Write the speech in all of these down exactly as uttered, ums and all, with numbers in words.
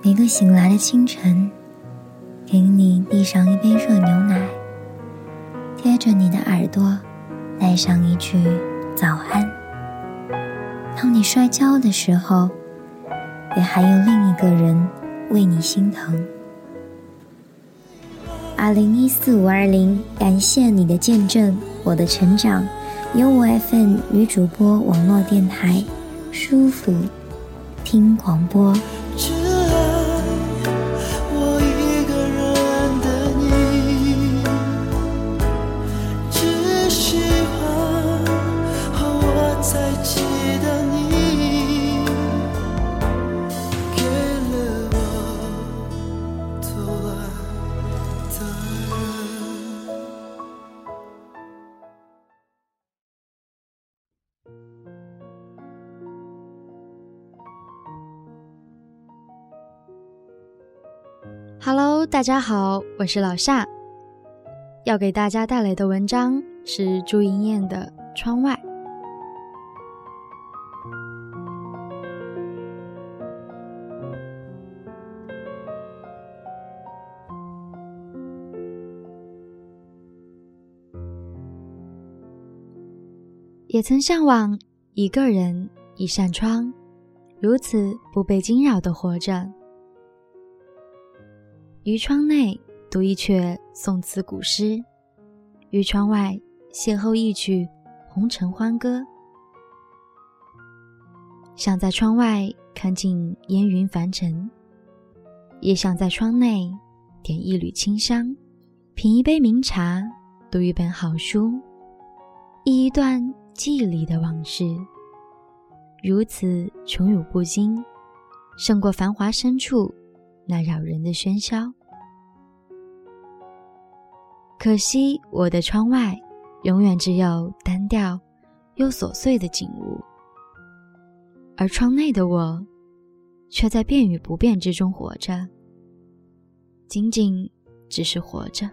每个醒来的清晨，给你递上一杯热牛奶，贴着你的耳朵带上一句早安。当你摔跤的时候，也还有另一个人为你心疼。二零一四五二零，感谢你的见证，我的成长。由我 F M 女主播网络电台，舒服听广播。 只爱我一个人的你，只喜欢和我在一起的你，给了我多爱的人。 Hello， 大家好，我是老夏，要给大家带来的文章是朱莹燕的《窗外》。也曾向往一个人一扇窗，如此不被惊扰地活着。于窗内读一阙宋词古诗，于窗外邂逅一曲红尘欢歌。想在窗外看尽烟云凡尘，也想在窗内点一缕清香，品一杯茗茶，读一本好书，忆一段记忆里的往事。如此宠辱不惊，胜过繁华深处那扰人的喧嚣。可惜我的窗外永远只有单调又琐碎的景物，而窗内的我却在变与不变之中活着，仅仅只是活着。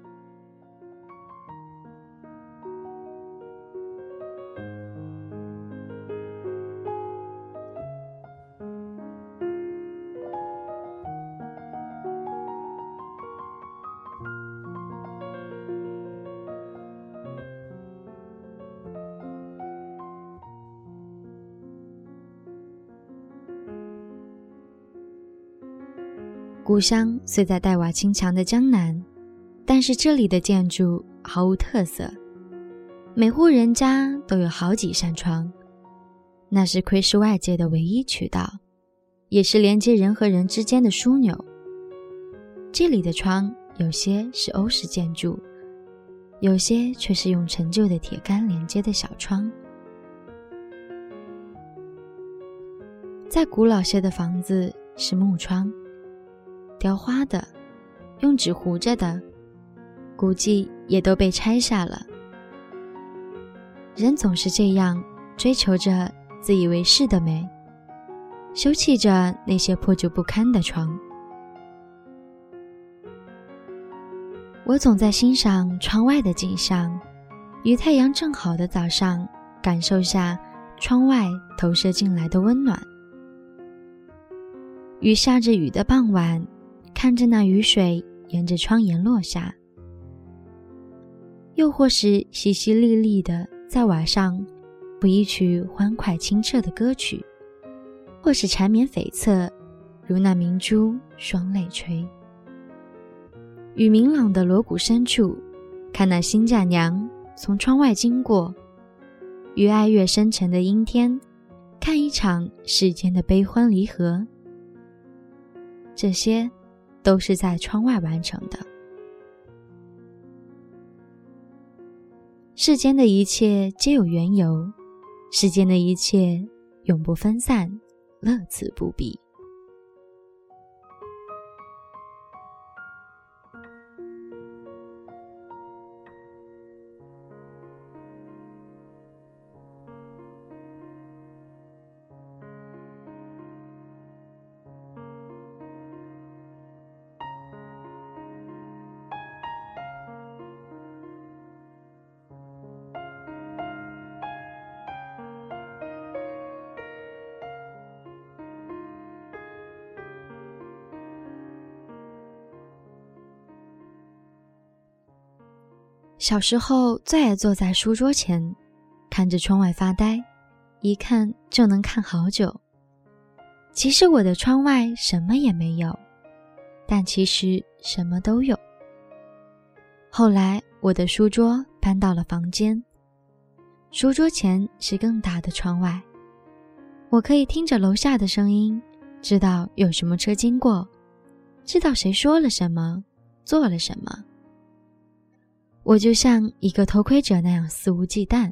故乡虽在带瓦青墙的江南，但是这里的建筑毫无特色，每户人家都有好几扇窗，那是窥视外界的唯一渠道，也是连接人和人之间的枢纽。这里的窗有些是欧式建筑，有些却是用陈旧的铁杆连接的小窗。再古老些的房子是木窗，雕花的，用纸糊着的，估计也都被拆下了。人总是这样追求着自以为是的美，羞弃着那些破旧不堪的窗。我总在欣赏窗外的景象，于太阳正好的早上，感受下窗外投射进来的温暖。于下着雨的傍晚，看着那雨水沿着窗沿落下，又或是淅淅沥沥的在瓦上谱一曲欢快清澈的歌曲，或是缠绵悱恻，如那明珠双泪垂。于明朗的锣鼓深处，看那新嫁娘从窗外经过，于哀乐深沉的阴天，看一场世间的悲欢离合。这些都是在窗外完成的。世间的一切皆有缘由，世间的一切永不分散，乐此不疲。 小时候最爱坐在书桌前，看着窗外发呆，一看就能看好久。其实我的窗外什么也没有，但其实什么都有。后来我的书桌搬到了房间，书桌前是更大的窗外，我可以听着楼下的声音，知道有什么车经过，知道谁说了什么，做了什么。我就像一个偷窥者那样肆无忌惮。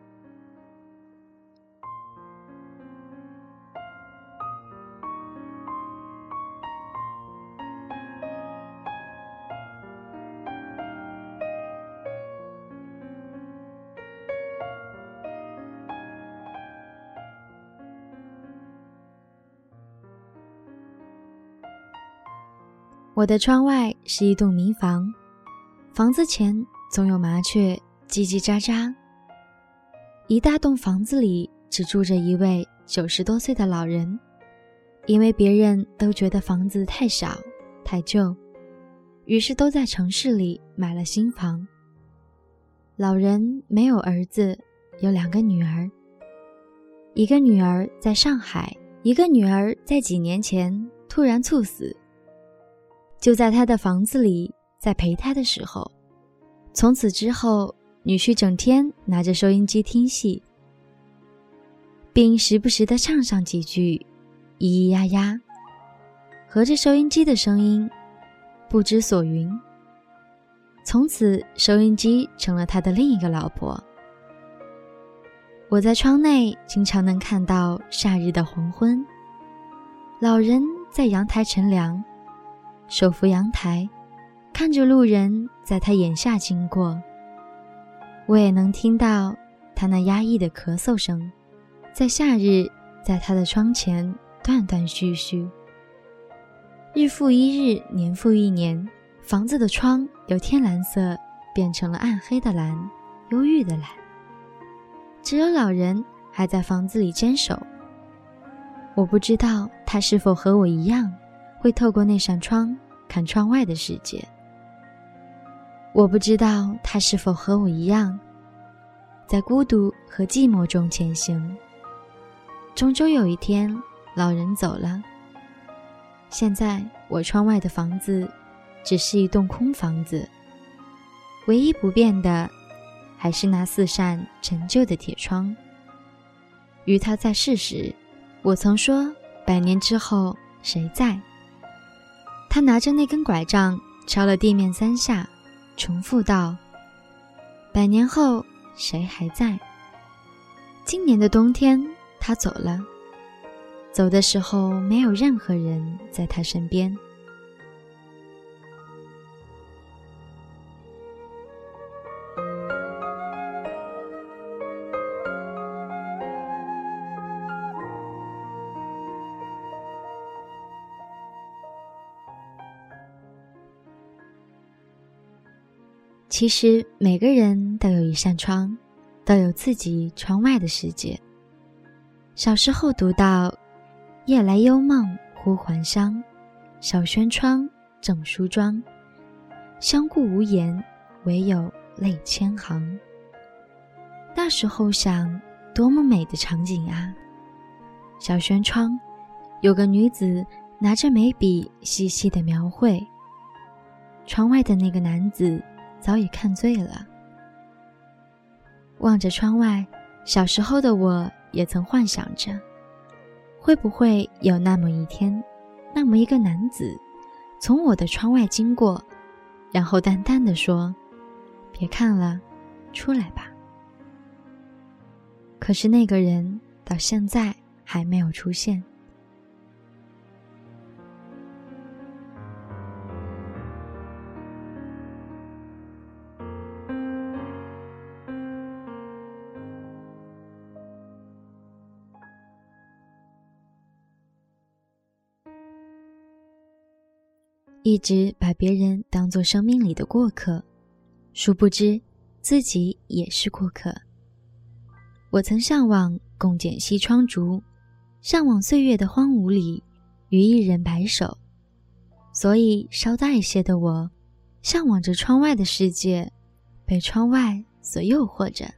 我的窗外是一栋民房，房子前总有麻雀叽叽喳喳。一大栋房子里只住着一位九十多岁的老人，因为别人都觉得房子太小太旧，于是都在城市里买了新房。老人没有儿子，有两个女儿，一个女儿在上海，一个女儿在几年前突然猝死。就在他的房子里，在陪他的时候，从此之后，女婿整天拿着收音机听戏，并时不时地唱上几句，咿咿呀呀，合着收音机的声音，不知所云。从此，收音机成了他的另一个老婆。我在窗内经常能看到夏日的黄昏，老人在阳台乘凉，手扶阳台，看着路人在他眼下经过。我也能听到他那压抑的咳嗽声，在夏日，在他的窗前断断续续。日复一日，年复一年，房子的窗由天蓝色变成了暗黑的蓝，忧郁的蓝。只有老人还在房子里坚守。我不知道他是否和我一样，会透过那扇窗看窗外的世界。我不知道他是否和我一样，在孤独和寂寞中前行。终究有一天，老人走了。现在我窗外的房子只是一栋空房子，唯一不变的还是那四扇陈旧的铁窗。与他在世时，我曾说百年之后谁在？他拿着那根拐杖敲了地面三下，重复道：百年后谁还在？今年的冬天他走了，走的时候没有任何人在他身边。其实每个人都有一扇窗，都有自己窗外的世界。小时候读到夜来幽梦忽还乡，小轩窗正梳妆，相顾无言，唯有泪千行。那时候想，多么美的场景啊！小轩窗，有个女子拿着眉笔细细的描绘，窗外的那个男子早已看醉了。望着窗外，小时候的我也曾幻想着，会不会有那么一天，那么一个男子从我的窗外经过，然后淡淡地说：别看了，出来吧。可是那个人到现在还没有出现。一直把别人当作生命里的过客，殊不知自己也是过客。我曾向往共剪西窗烛，向往岁月的荒芜里与一人白首，所以稍大一些的我向往着窗外的世界， 被窗外所诱惑着。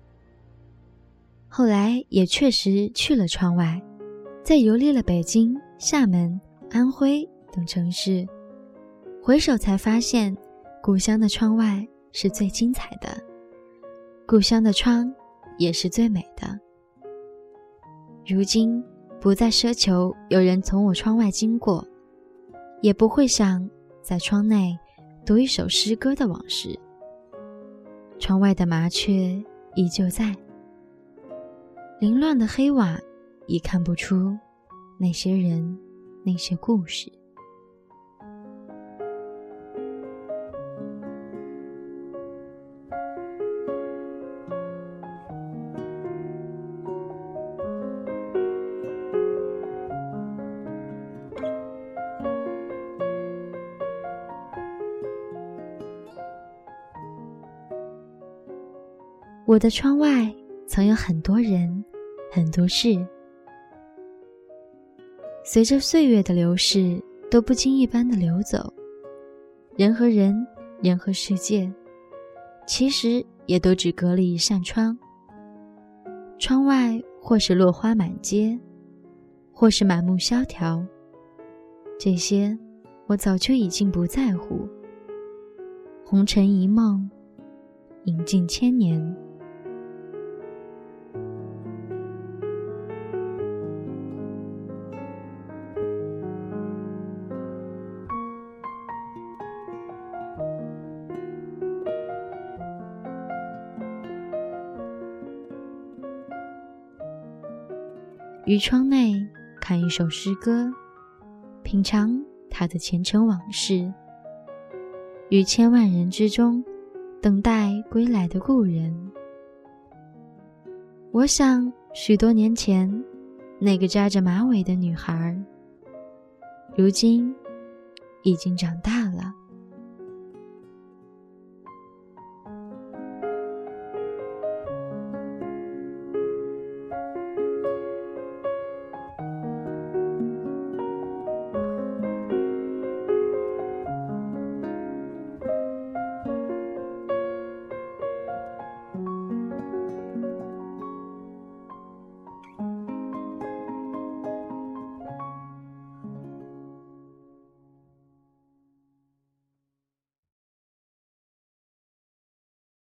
后来也确实去了窗外，在游历了北京、厦门、安徽等城市，回首才发现故乡的窗外是最精彩的，故乡的窗也是最美的。如今不再奢求有人从我窗外经过，也不会想在窗内读一首诗歌的往事。窗外的麻雀依旧在，凌乱的黑瓦已看不出那些人，那些故事。我的窗外曾有很多人，很多事，随着岁月的流逝，都不经意般的流走。人和人，人和世界，其实也都只隔了一扇窗。窗外或是落花满街，或是满目萧条，这些我早就已经不在乎。红尘一梦，饮尽千年。于窗内看一首诗歌，品尝他的前尘往事，于千万人之中等待归来的故人。我想许多年前那个扎着马尾的女孩，如今已经长大